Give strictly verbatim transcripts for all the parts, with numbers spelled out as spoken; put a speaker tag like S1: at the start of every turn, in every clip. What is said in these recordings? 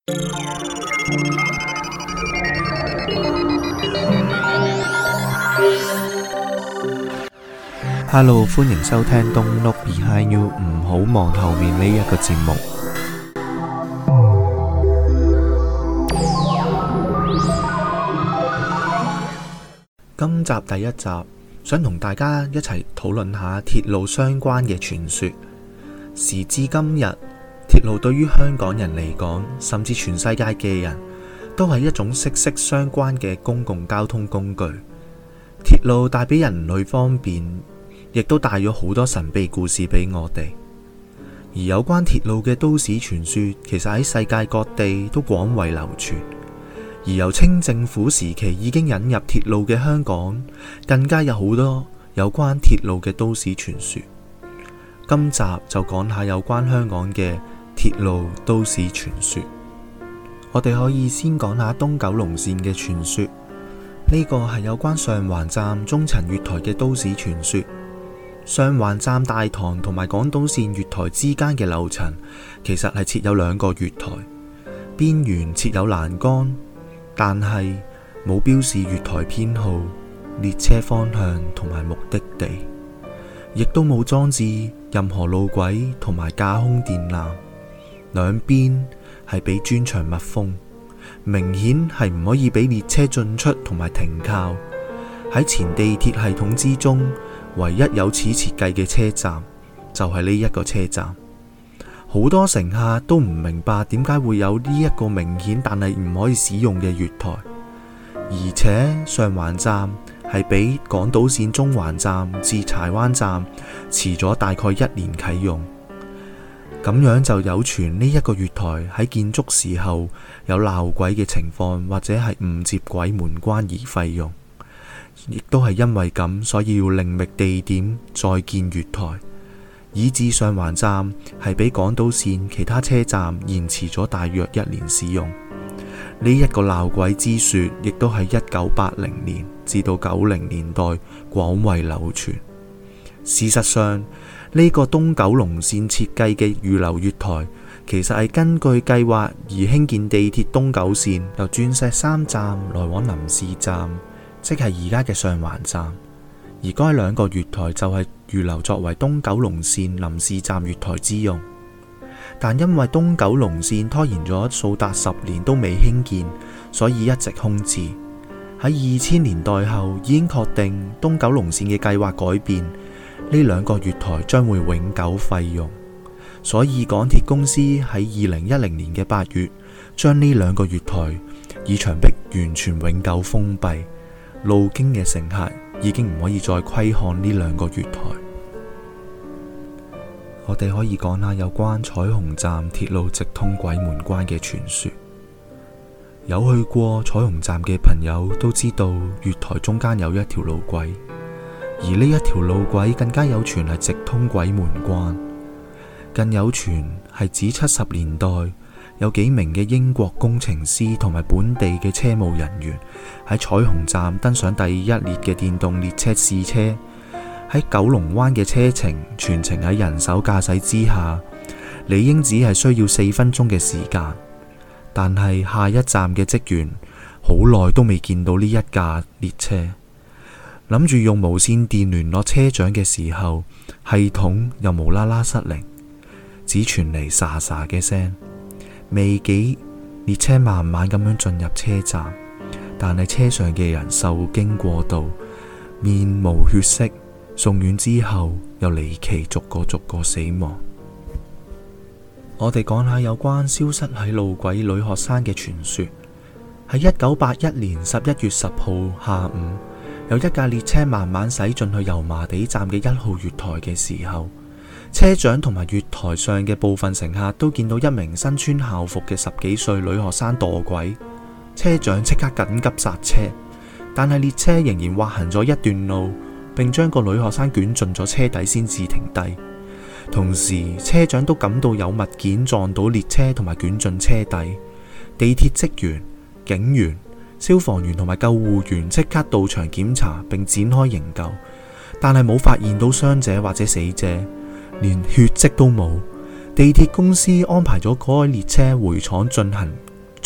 S1: Hello， 歡迎收聽 Don't Look Behind You， 唔好望後面呢一個節目。今集第一集，想同大家一齊討論下鐵路相關嘅傳說。時至今日，鐵路對於香港人嚟講，甚至全世界嘅人都係一種息息相關嘅公共交通工具。鐵路帶俾人類方便，亦都帶咗好多神秘故事俾我哋。而有關鐵路嘅都市傳說，其實喺世界各地都廣為流傳。而由清政府時期已經引入鐵路嘅香港，更加有好多有關鐵路嘅都市傳說。今集就講下有關香港嘅鐵路都市傳說。我哋可以先講下東九龍綫嘅傳說。呢個係有關上環站中層月台嘅都市傳說。上環站大堂同埋港島綫月台之間嘅樓層，其實係設有兩個月台，邊緣設有欄杆，但係冇標示月台編號、列車方向同埋目的地，亦都冇裝置任何路軌同埋架空電纜，兩邊係俾磚牆密封，明顯係唔可以俾列車進出同埋停靠。喺前地鐵系統之中，唯一有此設計嘅車站就係呢一個車站。好多乘客都唔明白點解會有呢一個明顯但係唔可以使用嘅月台，而且上環站係比港島綫中環站至柴灣站遲咗大概一年啟用。咁樣就有傳呢一個月台喺建築時候有鬧鬼嘅情況，或者係誤接鬼門關而廢用，亦都係因為咁，所以要另覓地點再建月台，以致上環站係比港島綫其他車站延遲咗大約一年使用。呢一個鬧鬼之說，亦都係一九八零年至到九零年代廣為流傳。事實上，呢個東九龍綫設計嘅預留月台，其實係根據計劃而興建地鐵東九綫，由鑽石山站來往林士站，即係而家嘅上環站。而該兩個月台就係預留作為東九龍綫林士站月台之用。但因為東九龍綫拖延咗數達十年都未興建，所以一直空置。喺二千年代後已經確定東九龍綫嘅計劃改變，呢兩個月台將會永久廢用。所以港鐵公司喺二零一零年嘅八月，將呢兩個月台以牆壁完全永久封閉，路經嘅乘客已經唔可以再窺看呢兩個月台。我哋可以講下有關彩虹站鐵路直通鬼門關嘅傳說。有去過彩虹站嘅朋友都知道，月台中間有一條路軌，而呢一條路軌更加有傳係直通鬼門關。更有傳係指七十年代有幾名嘅英國工程師同埋本地嘅車務人員喺彩虹站登上第一列嘅電動列車試車，喺九龍灣嘅車程全程喺人手駕駛之下，理應只係需要四分鐘嘅時間。但係下一站嘅職員好耐都未見到呢一架列車，諗住用無線電聯絡車長嘅時候，系統又無啦啦失靈，只傳嚟沙沙嘅聲。未幾，列車慢慢咁樣進入車站，但係車上嘅人受驚過度，面無血色，送院之後又離奇逐個逐個死亡。我哋講下有關消失喺路軌女學生嘅傳說。喺一九八一年十一月十號下午，有一架列車慢慢駛進去油麻地站嘅一號月台嘅時候，車長同埋月台上嘅部分乘客都見到一名身穿校服嘅十幾歲女學生墮軌。車長即刻緊急剎車，但係列車仍然滑行咗一段路，並將個女學生捲進咗車底先至停低。同時，車長都感到有物件撞到列車同埋捲進車底。地鐵職員、警員、消防員同埋救護員即刻到場檢查並展開營救，但係冇發現到傷者或者死者，連血跡都冇。地鐵公司安排咗嗰列車回廠進行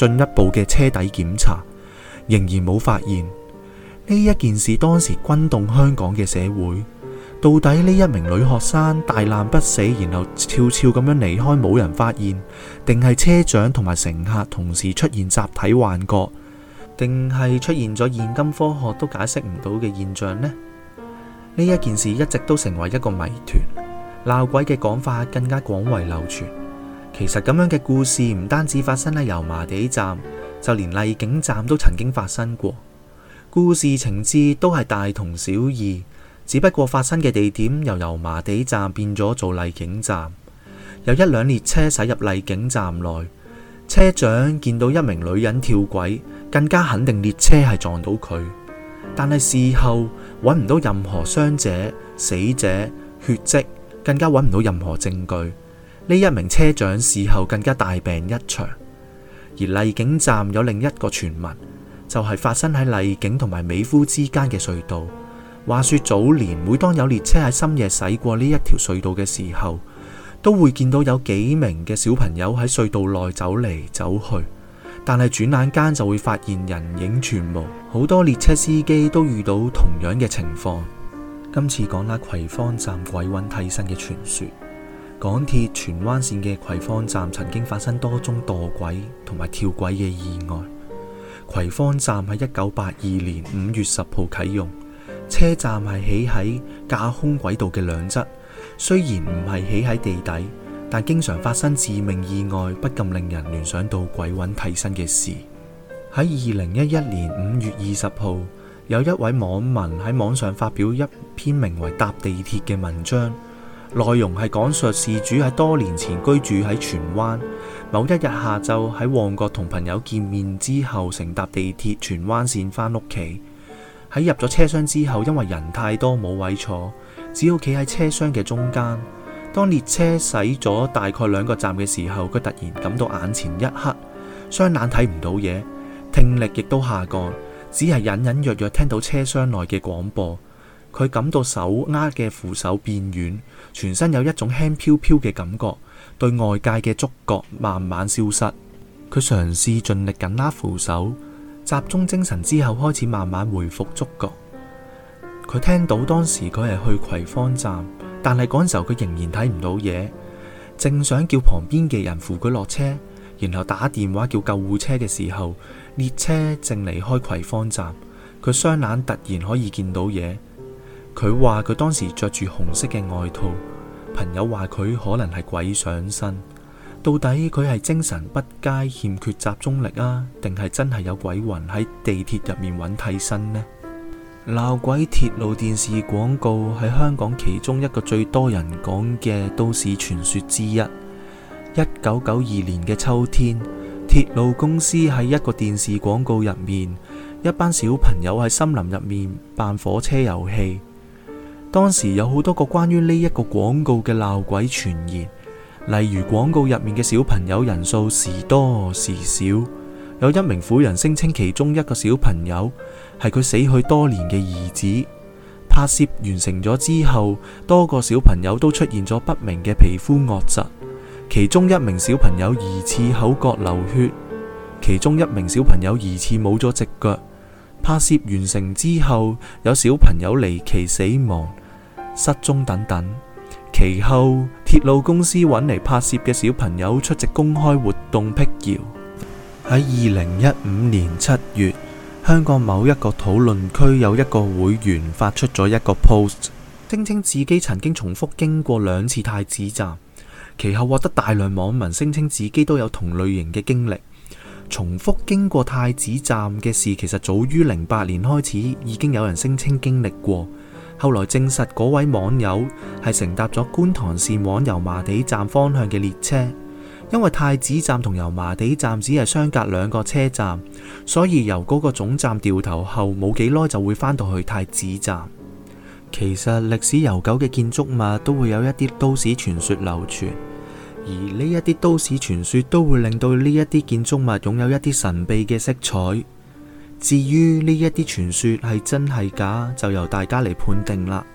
S1: 進一步嘅車底檢查，仍然冇發現。呢一件事當時轟動香港嘅社會。到底呢一名女學生大難不死，然後悄悄咁樣離開，冇人發現，定係車長同埋乘客同時出現集體幻覺，定係出現咗現今科學都解釋唔到嘅現象呢？呢一件事一直都成為一個謎團，鬧鬼嘅講法更加廣為流傳。其實咁樣嘅故事唔單止發生喺油麻地站，就連荔景站都曾經發生過。故事情節都係大同小異。只不過發生嘅地點由油麻地站變咗做荔景站，有一輛列車駛入荔景站內，車長見到一名女人跳軌，更加肯定列車係撞到佢。但係事後揾唔到任何傷者、死者、血跡，更加揾唔到任何證據。呢一名車長事後更加大病一場。而荔景站有另一個傳聞，就係發生喺荔景同埋美孚之間嘅隧道。話說早年，每當有列車喺深夜駛過呢一條隧道嘅時候，都會見到有幾名嘅小朋友喺隧道內走嚟走去，但係轉眼間就會發現人影全無。好多列車司機都遇到同樣嘅情況。今次講下葵芳站鬼魂替身嘅傳說。港鐵荃灣綫嘅葵芳站曾經發生多宗墮軌同埋跳軌嘅意外。葵芳站喺一九八二年五月十號啟用。車站係起喺架空軌道嘅兩側，雖然唔係起喺地底，但經常發生致命意外，不禁令人聯想到鬼魂替身嘅事。喺二零一一年五月二十號，有一位網民喺網上發表一篇名為《搭地鐵》嘅文章，內容係講述事主喺多年前居住喺荃灣，某一日下晝喺旺角同朋友見面之後，乘搭地鐵荃灣綫返屋企。喺入咗車廂之後，因為人太多冇位坐，只好企喺車廂嘅中間。當列車駛咗大概兩個站嘅時候，佢突然感到眼前一黑，雙眼睇唔到嘢，聽力亦都下降，只係隱隱約約聽到車廂內嘅廣播。佢感到手握嘅扶手變軟，全身有一種輕飄飄嘅感覺，對外界嘅觸覺慢慢消失。佢嘗試盡力緊握扶手，集中精神之後，開始慢慢回復觸覺。佢聽到當時佢係去葵芳站，但係嗰陣時候佢仍然睇唔到嘢，正想叫旁邊嘅人扶佢落車，然後打電話叫救護車嘅時候，列車正離開葵芳站。佢雙眼突然可以見到嘢。佢話佢當時着住紅色嘅外套，朋友話佢可能係鬼上身。到底佢係精神不佳，欠缺集中力啊，定係真係有鬼魂喺地鐵入面揾替身呢？鬧鬼鐵路電視廣告係香港其中一個最多人講嘅都市傳說之一。一九九二年嘅秋天，鐵路公司喺一個電視廣告入面，一班小朋友喺森林入面扮火車遊戲。當時有好多個關於呢一個廣告嘅鬧鬼傳言。例如廣告入面嘅小朋友人數時多時少，有一名婦人聲稱其中一個小朋友係佢死去多年嘅兒子。拍攝完成咗之後，多個小朋友都出現咗不明嘅皮膚惡疾，其中一名小朋友疑似口角流血，其中一名小朋友疑似冇咗隻腳。拍攝完成之後，有小朋友離奇死亡、失蹤等等。其後，鐵路公司揾嚟拍攝嘅小朋友出席公開活動辟謠。喺二零一五年七月，香港某一個討論區有一個會員發出咗一個 post， 聲稱自己曾經重複經過兩次太子站，其後獲得大量網民聲稱自己都有同類型嘅經歷。重複經過太子站嘅事，其實早於零八年開始已經有人聲稱經歷過。後來證實嗰位網友係乘搭咗觀塘綫往油麻地站方向嘅列車，因為太子站同油麻地站只係相隔兩個車站，所以由嗰個總站掉頭後冇幾耐就會返到去太子站。其實歷史悠久嘅建築物都會有一啲都市傳說流傳，而呢一啲都市傳說都會令到呢一啲建築物擁有一啲神秘嘅色彩。至於呢一啲傳說係真係假，就由大家嚟判定啦。